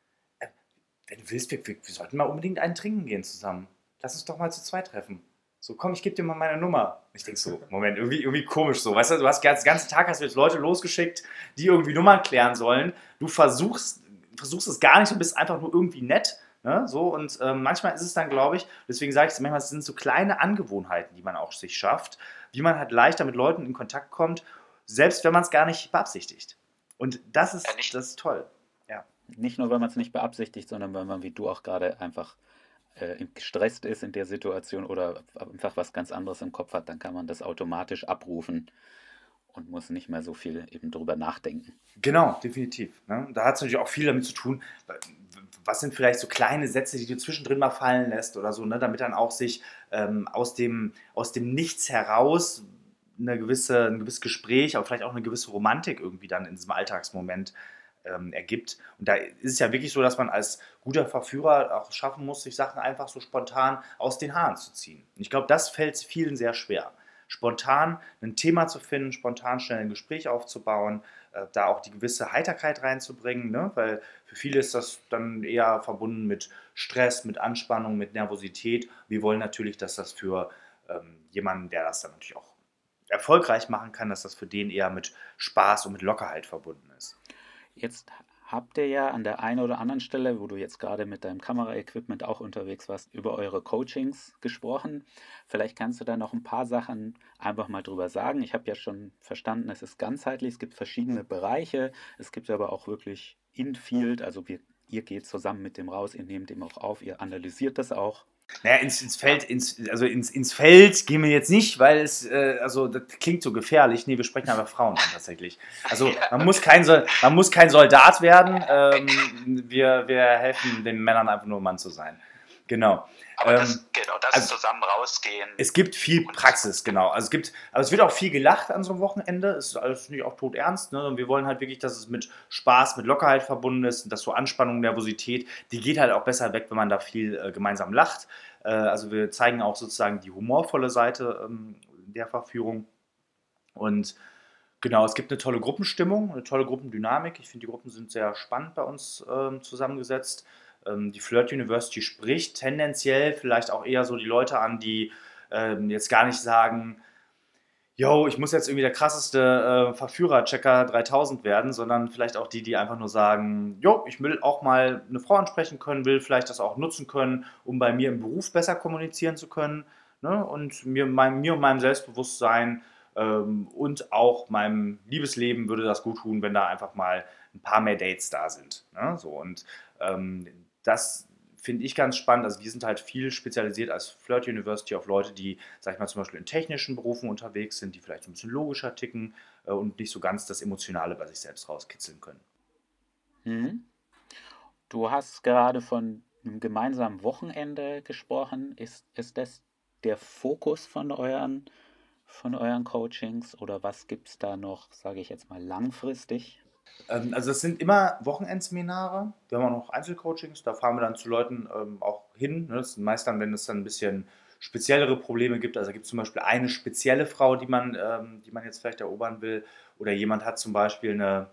Speaker 3: wenn du willst, wir, wir, wir sollten mal unbedingt einen trinken gehen zusammen. Lass uns doch mal zu zweit treffen. So, komm, ich gebe dir mal meine Nummer. Ich denke so, Moment, irgendwie, irgendwie komisch so. Weißt du, du hast den ganzen Tag hast du jetzt Leute losgeschickt, die irgendwie Nummern klären sollen. Du versuchst, versuchst es gar nicht und bist einfach nur irgendwie nett. Ne? So, und ähm, manchmal ist es dann, glaube ich, deswegen sage ich es, manchmal sind so kleine Angewohnheiten, die man auch sich schafft, wie man halt leichter mit Leuten in Kontakt kommt, selbst wenn man es gar nicht beabsichtigt. Und das ist, das ist toll. Ja.
Speaker 2: Nicht nur, weil man es nicht beabsichtigt, sondern weil man, wie du auch gerade, einfach äh, gestresst ist in der Situation oder einfach was ganz anderes im Kopf hat, dann kann man das automatisch abrufen und muss nicht mehr so viel eben drüber nachdenken.
Speaker 3: Genau, definitiv. Ne? Da hat es natürlich auch viel damit zu tun, was sind vielleicht so kleine Sätze, die du zwischendrin mal fallen lässt oder so, ne? Damit dann auch sich ähm, aus, dem, aus dem Nichts heraus eine gewisse, ein gewisses Gespräch, aber vielleicht auch eine gewisse Romantik irgendwie dann in diesem Alltagsmoment ähm, ergibt. Und da ist es ja wirklich so, dass man als guter Verführer auch schaffen muss, sich Sachen einfach so spontan aus den Haaren zu ziehen. Und ich glaube, das fällt vielen sehr schwer. Spontan ein Thema zu finden, spontan schnell ein Gespräch aufzubauen, äh, da auch die gewisse Heiterkeit reinzubringen, ne? Weil für viele ist das dann eher verbunden mit Stress, mit Anspannung, mit Nervosität. Wir wollen natürlich, dass das für ähm, jemanden, der das dann natürlich auch erfolgreich machen kann, dass das für den eher mit Spaß und mit Lockerheit verbunden ist.
Speaker 2: Jetzt habt ihr ja an der einen oder anderen Stelle, wo du jetzt gerade mit deinem Kameraequipment auch unterwegs warst, über eure Coachings gesprochen. Vielleicht kannst du da noch ein paar Sachen einfach mal drüber sagen. Ich habe ja schon verstanden, es ist ganzheitlich, es gibt verschiedene Bereiche, es gibt aber auch wirklich In-Field, also wir, ihr geht zusammen mit dem raus, ihr nehmt dem auch auf, ihr analysiert das auch.
Speaker 3: Naja, ins, ins Feld, ins, also ins, ins Feld gehen wir jetzt nicht, weil es, äh, also das klingt so gefährlich. Nee, wir sprechen aber Frauen an tatsächlich. Also man muss kein, Sol- man muss kein Soldat werden. Ähm, wir, wir helfen den Männern einfach nur Mann zu sein. Genau.
Speaker 5: Aber das,
Speaker 3: Ähm,
Speaker 5: genau, das
Speaker 3: also,
Speaker 5: zusammen rausgehen.
Speaker 3: Es gibt viel Praxis, genau. Also es gibt, aber es wird auch viel gelacht an so einem Wochenende. Es ist alles nicht auch todernst. Ne? Und wir wollen halt wirklich, dass es mit Spaß, mit Lockerheit verbunden ist und dass so Anspannung, Nervosität, die geht halt auch besser weg, wenn man da viel äh, gemeinsam lacht. Äh, also wir zeigen auch sozusagen die humorvolle Seite ähm, der Verführung. Und genau, es gibt eine tolle Gruppenstimmung, eine tolle Gruppendynamik. Ich finde, die Gruppen sind sehr spannend bei uns ähm, zusammengesetzt. Die Flirt University spricht tendenziell vielleicht auch eher so die Leute an, die ähm, jetzt gar nicht sagen, yo, ich muss jetzt irgendwie der krasseste äh, Verführer-Checker dreitausend werden, sondern vielleicht auch die, die einfach nur sagen, jo, ich will auch mal eine Frau ansprechen können, will vielleicht das auch nutzen können, um bei mir im Beruf besser kommunizieren zu können, ne? Und mir, mein, mir und meinem Selbstbewusstsein ähm, und auch meinem Liebesleben würde das gut tun, wenn da einfach mal ein paar mehr Dates da sind, ne? So, und ähm, das finde ich ganz spannend. Also wir sind halt viel spezialisiert als Flirt University auf Leute, die, sag ich mal, zum Beispiel in technischen Berufen unterwegs sind, die vielleicht ein bisschen logischer ticken äh, und nicht so ganz das Emotionale bei sich selbst rauskitzeln können.
Speaker 2: Mhm. Du hast gerade von einem gemeinsamen Wochenende gesprochen. Ist, ist das der Fokus von euren, von euren Coachings oder was gibt es da noch, sage ich jetzt mal, langfristig?
Speaker 3: Ähm, also es sind immer Wochenendseminare. Wir haben auch noch Einzelcoachings, da fahren wir dann zu Leuten ähm, auch hin. Ne? Das sind meist dann, wenn es dann ein bisschen speziellere Probleme gibt. Also gibt es zum Beispiel eine spezielle Frau, die man, ähm, die man jetzt vielleicht erobern will. Oder jemand hat zum Beispiel eine,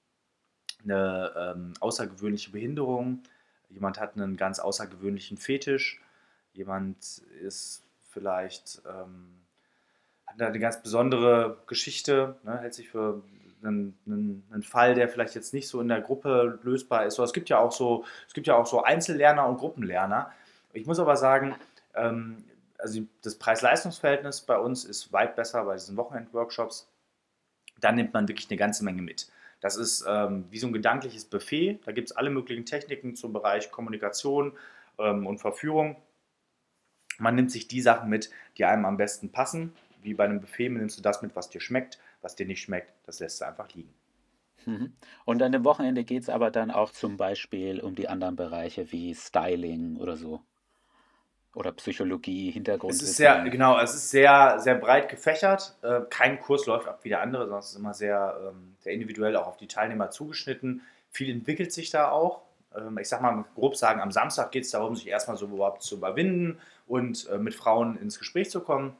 Speaker 3: eine ähm, außergewöhnliche Behinderung. Jemand hat einen ganz außergewöhnlichen Fetisch. Jemand ist vielleicht, ähm, hat eine ganz besondere Geschichte, ne? Hält sich für einen, einen, einen Fall, der vielleicht jetzt nicht so in der Gruppe lösbar ist. So, es gibt ja auch so, es gibt ja auch so Einzellerner und Gruppenlerner. Ich muss aber sagen, ähm, also das Preis-Leistungs-Verhältnis bei uns ist weit besser bei diesen Wochenend-Workshops. Da nimmt man wirklich eine ganze Menge mit. Das ist ähm, wie so ein gedankliches Buffet. Da gibt es alle möglichen Techniken zum Bereich Kommunikation ähm, und Verführung. Man nimmt sich die Sachen mit, die einem am besten passen. Wie bei einem Buffet nimmst du das mit, was dir schmeckt. Was dir nicht schmeckt, das lässt du einfach liegen.
Speaker 2: Mhm. Und an dem Wochenende geht es aber dann auch zum Beispiel um die anderen Bereiche wie Styling oder so. Oder Psychologie,
Speaker 3: Es
Speaker 2: Hintergrundwissen.
Speaker 3: ist sehr, genau, es ist sehr, sehr breit gefächert. Äh, kein Kurs läuft ab wie der andere, sondern es ist immer sehr, ähm, sehr individuell auch auf die Teilnehmer zugeschnitten. Viel entwickelt sich da auch. Ähm, ich sag mal, grob sagen, am Samstag geht es darum, sich erstmal so überhaupt zu überwinden und äh, mit Frauen ins Gespräch zu kommen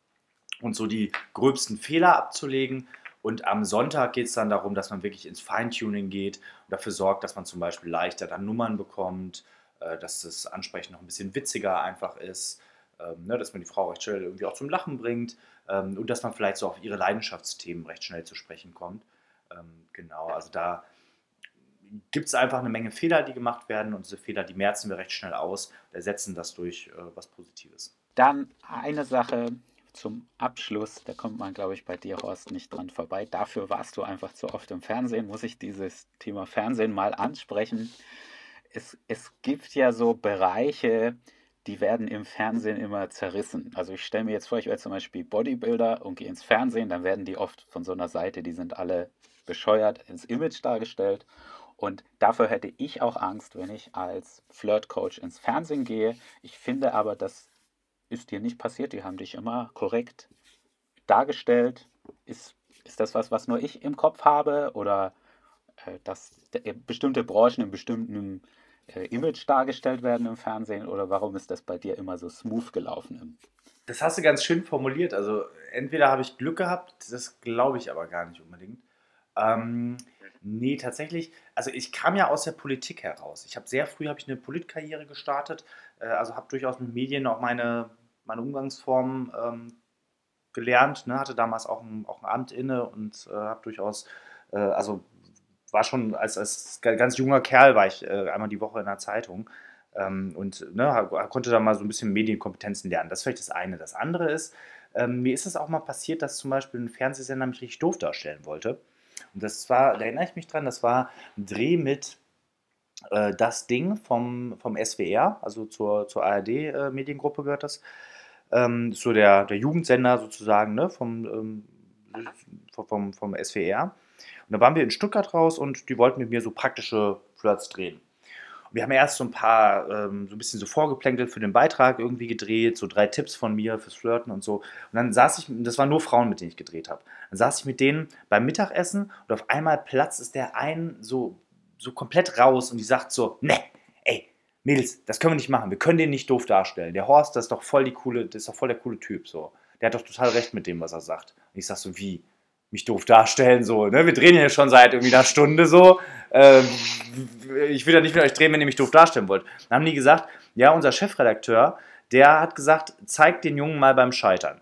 Speaker 3: und so die gröbsten Fehler abzulegen. Und am Sonntag geht es dann darum, dass man wirklich ins Feintuning geht und dafür sorgt, dass man zum Beispiel leichter dann Nummern bekommt, äh, dass das Ansprechen noch ein bisschen witziger einfach ist, ähm, ne, dass man die Frau recht schnell irgendwie auch zum Lachen bringt ähm, und dass man vielleicht so auf ihre Leidenschaftsthemen recht schnell zu sprechen kommt. Ähm, genau, also da gibt es einfach eine Menge Fehler, die gemacht werden und diese Fehler, die merzen wir recht schnell aus und ersetzen das durch äh, was Positives.
Speaker 2: Dann eine Sache zum Abschluss, da kommt man, glaube ich, bei dir, Horst, nicht dran vorbei. Dafür warst du einfach zu oft im Fernsehen, muss ich dieses Thema Fernsehen mal ansprechen. Es, es gibt ja so Bereiche, die werden im Fernsehen immer zerrissen. Also ich stelle mir jetzt vor, ich wäre zum Beispiel Bodybuilder und gehe ins Fernsehen, dann werden die oft von so einer Seite, die sind alle bescheuert, ins Image dargestellt. Und dafür hätte ich auch Angst, wenn ich als Flirt-Coach ins Fernsehen gehe. Ich finde aber, das ist dir nicht passiert. Die haben dich immer korrekt dargestellt. Ist, ist das was, was nur ich im Kopf habe? Oder äh, dass äh, bestimmte Branchen in bestimmten äh, Image dargestellt werden im Fernsehen oder warum ist das bei dir immer so smooth gelaufen?
Speaker 3: Das hast du ganz schön formuliert. Also entweder habe ich Glück gehabt, das glaube ich aber gar nicht unbedingt. Ähm, nee, tatsächlich, also ich kam ja aus der Politik heraus. Ich habe sehr früh habe ich eine Politkarriere gestartet, äh, also habe durchaus mit Medien auch meine, meine Umgangsformen ähm, gelernt, ne? Hatte damals auch ein, auch ein Amt inne und äh, habe durchaus, äh, also war schon als, als ganz junger Kerl, war ich äh, einmal die Woche in der Zeitung ähm, und ne, konnte da mal so ein bisschen Medienkompetenzen lernen. Das ist vielleicht das eine. Das andere ist, ähm, mir ist es auch mal passiert, dass zum Beispiel ein Fernsehsender mich richtig doof darstellen wollte. Und das war, da erinnere ich mich dran, das war ein Dreh mit äh, das Ding vom, vom S W R, also zur, zur A R D-Mediengruppe gehört das. Ähm, so der, der Jugendsender sozusagen, ne, vom, ähm, vom, vom S W R. Und da waren wir in Stuttgart raus und die wollten mit mir so praktische Flirts drehen. Und wir haben erst so ein paar, ähm, so ein bisschen so vorgeplänkelt für den Beitrag irgendwie gedreht, so drei Tipps von mir fürs Flirten und so. Und dann saß ich, das waren nur Frauen, mit denen ich gedreht habe. Dann saß ich mit denen beim Mittagessen und auf einmal platzt ist der ein so, so komplett raus und die sagt so, ne, ey, Mädels, das können wir nicht machen, wir können den nicht doof darstellen. Der Horst, das ist doch voll die coole, das ist doch voll der coole Typ, so. Der hat doch total recht mit dem, was er sagt. Und ich sag so, wie? Mich doof darstellen, so, ne? Wir drehen ja schon seit irgendwie einer Stunde so. Ähm, ich will ja nicht mit euch drehen, wenn ihr mich doof darstellen wollt. Dann haben die gesagt, ja, unser Chefredakteur, der hat gesagt, zeigt den Jungen mal beim Scheitern.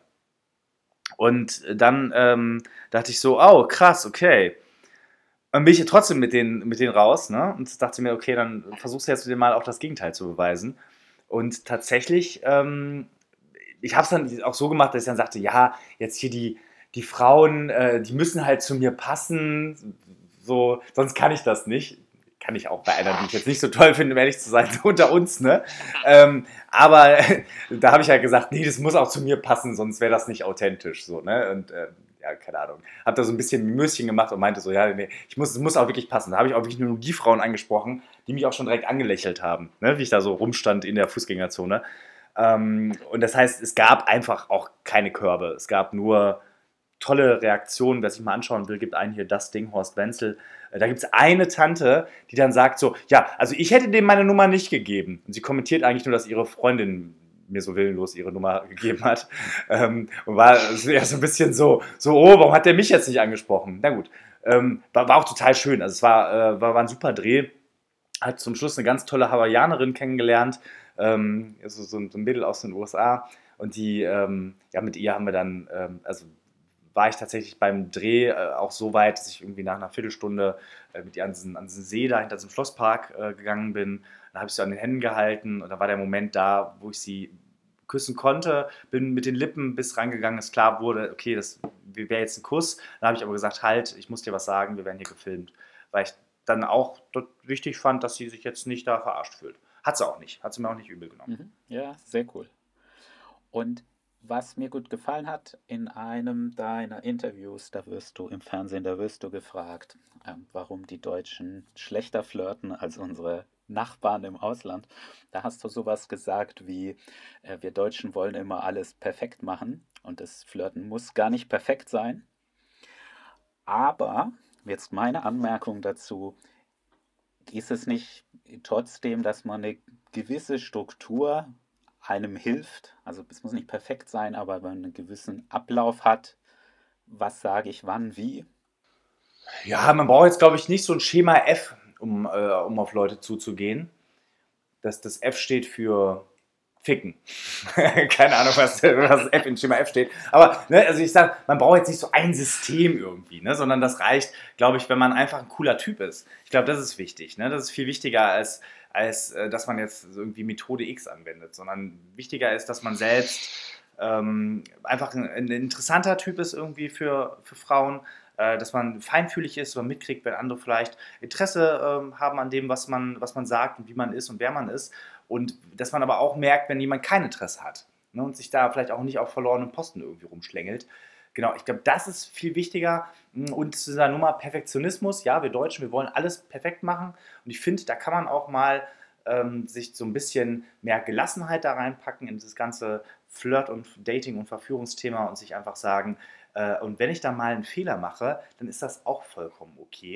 Speaker 3: Und dann ähm, dachte ich so, oh, krass, okay. Dann bin ich trotzdem mit denen, mit denen raus, ne? Und dachte mir, okay, dann versuchst du jetzt mit dem mal auch das Gegenteil zu beweisen. Und tatsächlich, ähm, ich habe es dann auch so gemacht, dass ich dann sagte, ja, jetzt hier die die Frauen, äh, die müssen halt zu mir passen, so, sonst kann ich das nicht. Kann ich auch bei einer, die ich jetzt nicht so toll finde, um ehrlich zu sein, so unter uns, ne? Ähm, aber äh, da habe ich halt gesagt, nee, das muss auch zu mir passen, sonst wäre das nicht authentisch, so, ne? Und äh, ja, keine Ahnung. Habe da so ein bisschen Mimöschen gemacht und meinte so, ja, nee, ich muss, es muss auch wirklich passen. Da habe ich auch wirklich nur die Frauen angesprochen, die mich auch schon direkt angelächelt haben, ne? Wie ich da so rumstand in der Fußgängerzone. Ähm, und das heißt, es gab einfach auch keine Körbe. Es gab nur tolle Reaktionen, wer sich mal anschauen will, gibt einen hier, das Ding, Horst Wenzel. Da gibt es eine Tante, die dann sagt so, ja, also ich hätte dem meine Nummer nicht gegeben. Und sie kommentiert eigentlich nur, dass ihre Freundin mir so willenlos ihre Nummer gegeben hat. Ähm, und war ja so ein bisschen so, so, oh, warum hat der mich jetzt nicht angesprochen? Na gut, ähm, war, war auch total schön. Also es war, äh, war, war ein super Dreh. Hat zum Schluss eine ganz tolle Hawaiianerin kennengelernt, ähm, also so ein, so ein Mädel aus den U S A. Und die, ähm, ja, mit ihr haben wir dann, ähm, also war ich tatsächlich beim Dreh äh, auch so weit, dass ich irgendwie nach einer Viertelstunde äh, mit ihr an diesen, an diesen See da hinter diesem Schlosspark äh, gegangen bin. Dann habe ich sie an den Händen gehalten und dann war der Moment da, wo ich sie küssen konnte, bin mit den Lippen bis rangegangen, es klar wurde, okay, das wäre jetzt ein Kuss. Dann habe ich aber gesagt, halt, ich muss dir was sagen, wir werden hier gefilmt. Weil ich dann auch dort wichtig fand, dass sie sich jetzt nicht da verarscht fühlt. Hat sie auch nicht, hat sie mir auch nicht übel genommen.
Speaker 2: Mhm. Ja, sehr cool. Und was mir gut gefallen hat, in einem deiner Interviews, da wirst du im Fernsehen, da wirst du gefragt, ähm, warum die Deutschen schlechter flirten als unsere Nachbarn im Ausland. Da hast du sowas gesagt wie, äh, wir Deutschen wollen immer alles perfekt machen und das Flirten muss gar nicht perfekt sein. Aber, jetzt meine Anmerkung dazu, ist es nicht trotzdem, dass man eine gewisse Struktur einem hilft, also es muss nicht perfekt sein, aber wenn man einen gewissen Ablauf hat, was sage ich wann, wie?
Speaker 3: Ja, man braucht jetzt, glaube ich, nicht so ein Schema F, um, äh, um auf Leute zuzugehen. Das, das F steht für Ficken. Keine Ahnung, was, was F in Schema F steht. Aber, ne, also ich sage, man braucht jetzt nicht so ein System irgendwie, ne, sondern das reicht, glaube ich, wenn man einfach ein cooler Typ ist. Ich glaube, das ist wichtig. Ne? Das ist viel wichtiger, als, als äh, dass man jetzt irgendwie Methode X anwendet, sondern wichtiger ist, dass man selbst ähm, einfach ein, ein interessanter Typ ist irgendwie für, für Frauen, äh, dass man feinfühlig ist, dass man mitkriegt, wenn andere vielleicht Interesse ähm, haben an dem, was man, was man sagt und wie man ist und wer man ist. Und dass man aber auch merkt, wenn jemand kein Interesse hat, ne, und sich da vielleicht auch nicht auf verlorenen Posten irgendwie rumschlängelt. Genau, ich glaube, das ist viel wichtiger. Und zu dieser Nummer Perfektionismus, ja, wir Deutschen, wir wollen alles perfekt machen. Und ich finde, da kann man auch mal ähm, sich so ein bisschen mehr Gelassenheit da reinpacken in das ganze Flirt- und Dating- und Verführungsthema und sich einfach sagen, äh, und wenn ich da mal einen Fehler mache, dann ist das auch vollkommen okay.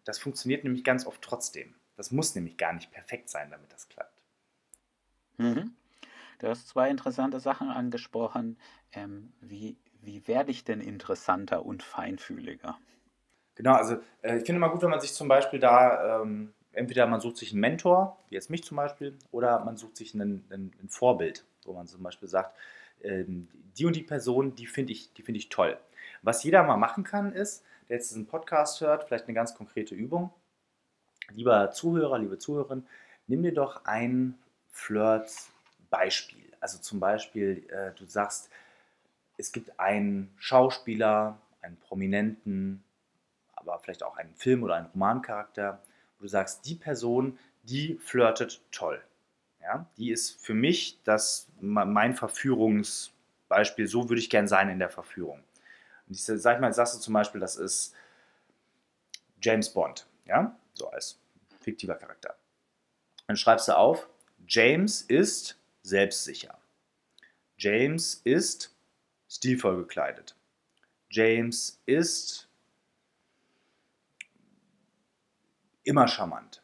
Speaker 3: das funktioniert nämlich ganz oft trotzdem. Das muss nämlich gar nicht perfekt sein, damit das klappt.
Speaker 2: Mhm. Du hast zwei interessante Sachen angesprochen. Ähm, wie, wie werde ich denn interessanter und feinfühliger?
Speaker 3: Genau, also äh, ich finde immer gut, wenn man sich zum Beispiel da, ähm, entweder man sucht sich einen Mentor, wie jetzt mich zum Beispiel, oder man sucht sich einen, einen, ein Vorbild, wo man zum Beispiel sagt, ähm, die und die Person, die finde ich, die finde ich toll. Was jeder mal machen kann, ist, der jetzt diesen Podcast hört, vielleicht eine ganz konkrete Übung. Lieber Zuhörer, liebe Zuhörerin, nimm dir doch ein Flirt-Beispiel. Also zum Beispiel, äh, du sagst, es gibt einen Schauspieler, einen Prominenten, aber vielleicht auch einen Film- oder einen Romancharakter, wo du sagst, die Person, die flirtet toll. Ja, die ist für mich das, mein Verführungsbeispiel, so würde ich gern sein in der Verführung. Und ich sag mal, sagst du zum Beispiel, das ist James Bond, ja, so als fiktiver Charakter. Dann schreibst du auf, James ist selbstsicher. James ist stilvoll gekleidet. James ist immer charmant.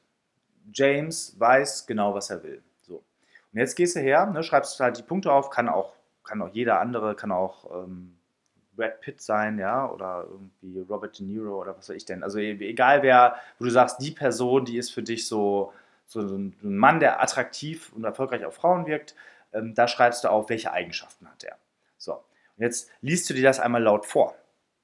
Speaker 3: James weiß genau, was er will. So. Und jetzt gehst du her, ne, schreibst halt die Punkte auf, kann auch, kann auch jeder andere, kann auch ähm, Brad Pitt sein, ja, oder irgendwie Robert De Niro oder was weiß ich denn. Also egal wer, wo du sagst, die Person, die ist für dich so, so ein Mann, der attraktiv und erfolgreich auf Frauen wirkt, ähm, da schreibst du auf, welche Eigenschaften hat er. So, und jetzt liest du dir das einmal laut vor.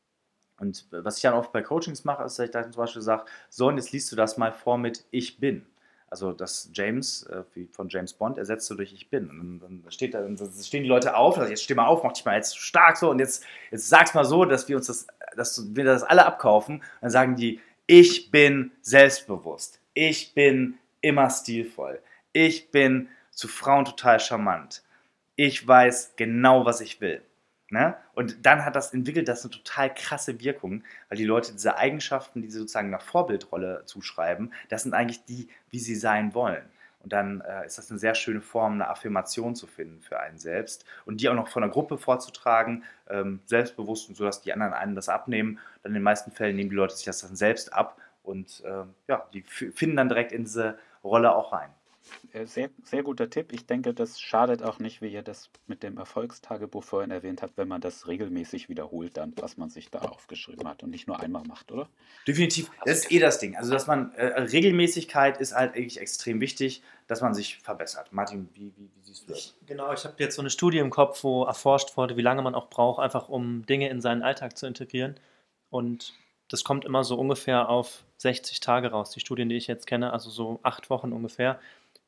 Speaker 3: Und was ich dann oft bei Coachings mache, ist, dass ich dann zum Beispiel sage, so, und jetzt liest du das mal vor mit Ich bin. Also das James, äh, wie von James Bond, ersetzt du durch Ich bin. Und dann, dann, steht da, dann stehen die Leute auf, also jetzt steh mal auf, mach dich mal jetzt stark so und jetzt, jetzt sag's mal so, dass wir uns das, dass wir das alle abkaufen. Und dann sagen die, ich bin selbstbewusst. Ich bin immer stilvoll. Ich bin zu Frauen total charmant. Ich weiß genau, was ich will. Ne? Und dann hat das entwickelt das eine total krasse Wirkung, weil die Leute diese Eigenschaften, die sie sozusagen nach Vorbildrolle zuschreiben, das sind eigentlich die, wie sie sein wollen. Und dann äh, ist das eine sehr schöne Form, eine Affirmation zu finden für einen selbst und die auch noch von der Gruppe vorzutragen, ähm, selbstbewusst und so, dass die anderen einen das abnehmen. Dann in den meisten Fällen nehmen die Leute sich das dann selbst ab und äh, ja, die f- finden dann direkt in diese Rolle auch rein.
Speaker 2: Sehr, sehr guter Tipp. Ich denke, das schadet auch nicht, wie ihr das mit dem Erfolgstagebuch vorhin erwähnt habt, wenn man das regelmäßig wiederholt, dann, was man sich da aufgeschrieben hat und nicht nur einmal macht, oder?
Speaker 3: Definitiv, das ist eh das Ding. Also, dass man, äh, Regelmäßigkeit ist halt eigentlich extrem wichtig, dass man sich verbessert. Martin, wie, wie, wie siehst du das?
Speaker 4: Ich, genau, ich habe jetzt so eine Studie im Kopf, wo erforscht wurde, wie lange man auch braucht, einfach um Dinge in seinen Alltag zu integrieren. Und das kommt immer so ungefähr auf sechzig Tage raus, die Studien, die ich jetzt kenne, also so acht Wochen ungefähr.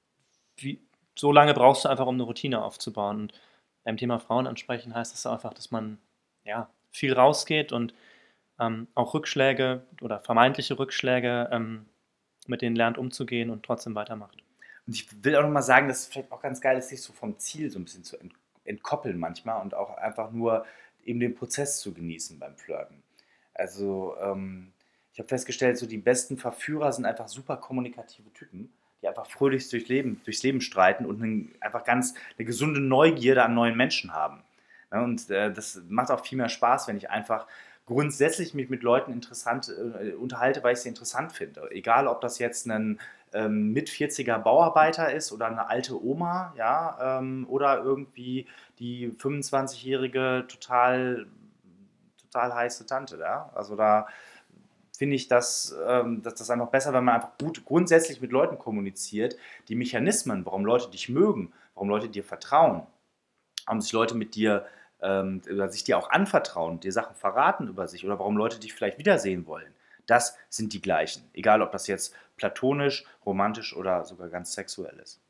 Speaker 4: Wie, so lange brauchst du einfach, um eine Routine aufzubauen. Und beim Thema Frauen ansprechen heißt es einfach, dass man ja, viel rausgeht und ähm, auch Rückschläge oder vermeintliche Rückschläge, ähm, mit denen lernt umzugehen und trotzdem weitermacht.
Speaker 3: Und ich will auch nochmal sagen, dass es vielleicht auch ganz geil ist, sich so vom Ziel so ein bisschen zu ent- entkoppeln manchmal und auch einfach nur eben den Prozess zu genießen beim Flirten. Also, ähm, ich habe festgestellt, so die besten Verführer sind einfach super kommunikative Typen, die einfach fröhlich durch Leben, durchs Leben streiten und einen, einfach ganz eine gesunde Neugierde an neuen Menschen haben. Ja, und äh, das macht auch viel mehr Spaß, wenn ich einfach grundsätzlich mich mit Leuten interessant äh, unterhalte, weil ich sie interessant finde. Egal, ob das jetzt ein ähm, mit vierziger Bauarbeiter ist oder eine alte Oma, ja, ähm, oder irgendwie die fünfundzwanzigjährige total, total heiße Tante, ja. Also da finde ich das, ähm, dass das einfach besser, wenn man einfach gut grundsätzlich mit Leuten kommuniziert. Die Mechanismen, warum Leute dich mögen, warum Leute dir vertrauen, warum sich Leute mit dir ähm, oder sich dir auch anvertrauen, dir Sachen verraten über sich oder warum Leute dich vielleicht wiedersehen wollen. Das sind die gleichen. Egal, ob das jetzt platonisch, romantisch oder sogar ganz sexuell ist.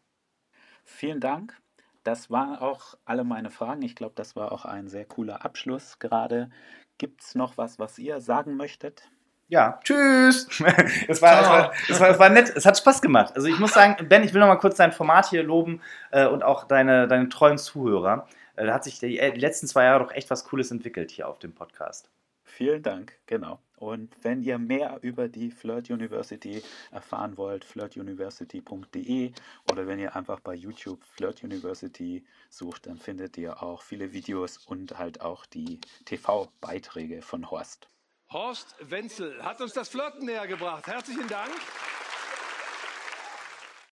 Speaker 2: Vielen Dank. Das waren auch alle meine Fragen. Ich glaube, das war auch ein sehr cooler Abschluss gerade. Gibt es noch was, was ihr sagen möchtet?
Speaker 3: Ja, tschüss. Es war, es war, es war, es war nett, es hat Spaß gemacht. Also ich muss sagen, Ben, ich will noch mal kurz dein Format hier loben äh, und auch deine, deine treuen Zuhörer. Äh, da hat sich die, die letzten zwei Jahre doch echt was Cooles entwickelt hier auf dem Podcast.
Speaker 2: Vielen Dank, genau. Und wenn ihr mehr über die Flirt University erfahren wollt, flirt university punkt de oder wenn ihr einfach bei YouTube Flirt University sucht, dann findet ihr auch viele Videos und halt auch die T V-Beiträge von Horst.
Speaker 1: Horst Wenzel hat uns das Flirten näher gebracht. Herzlichen Dank.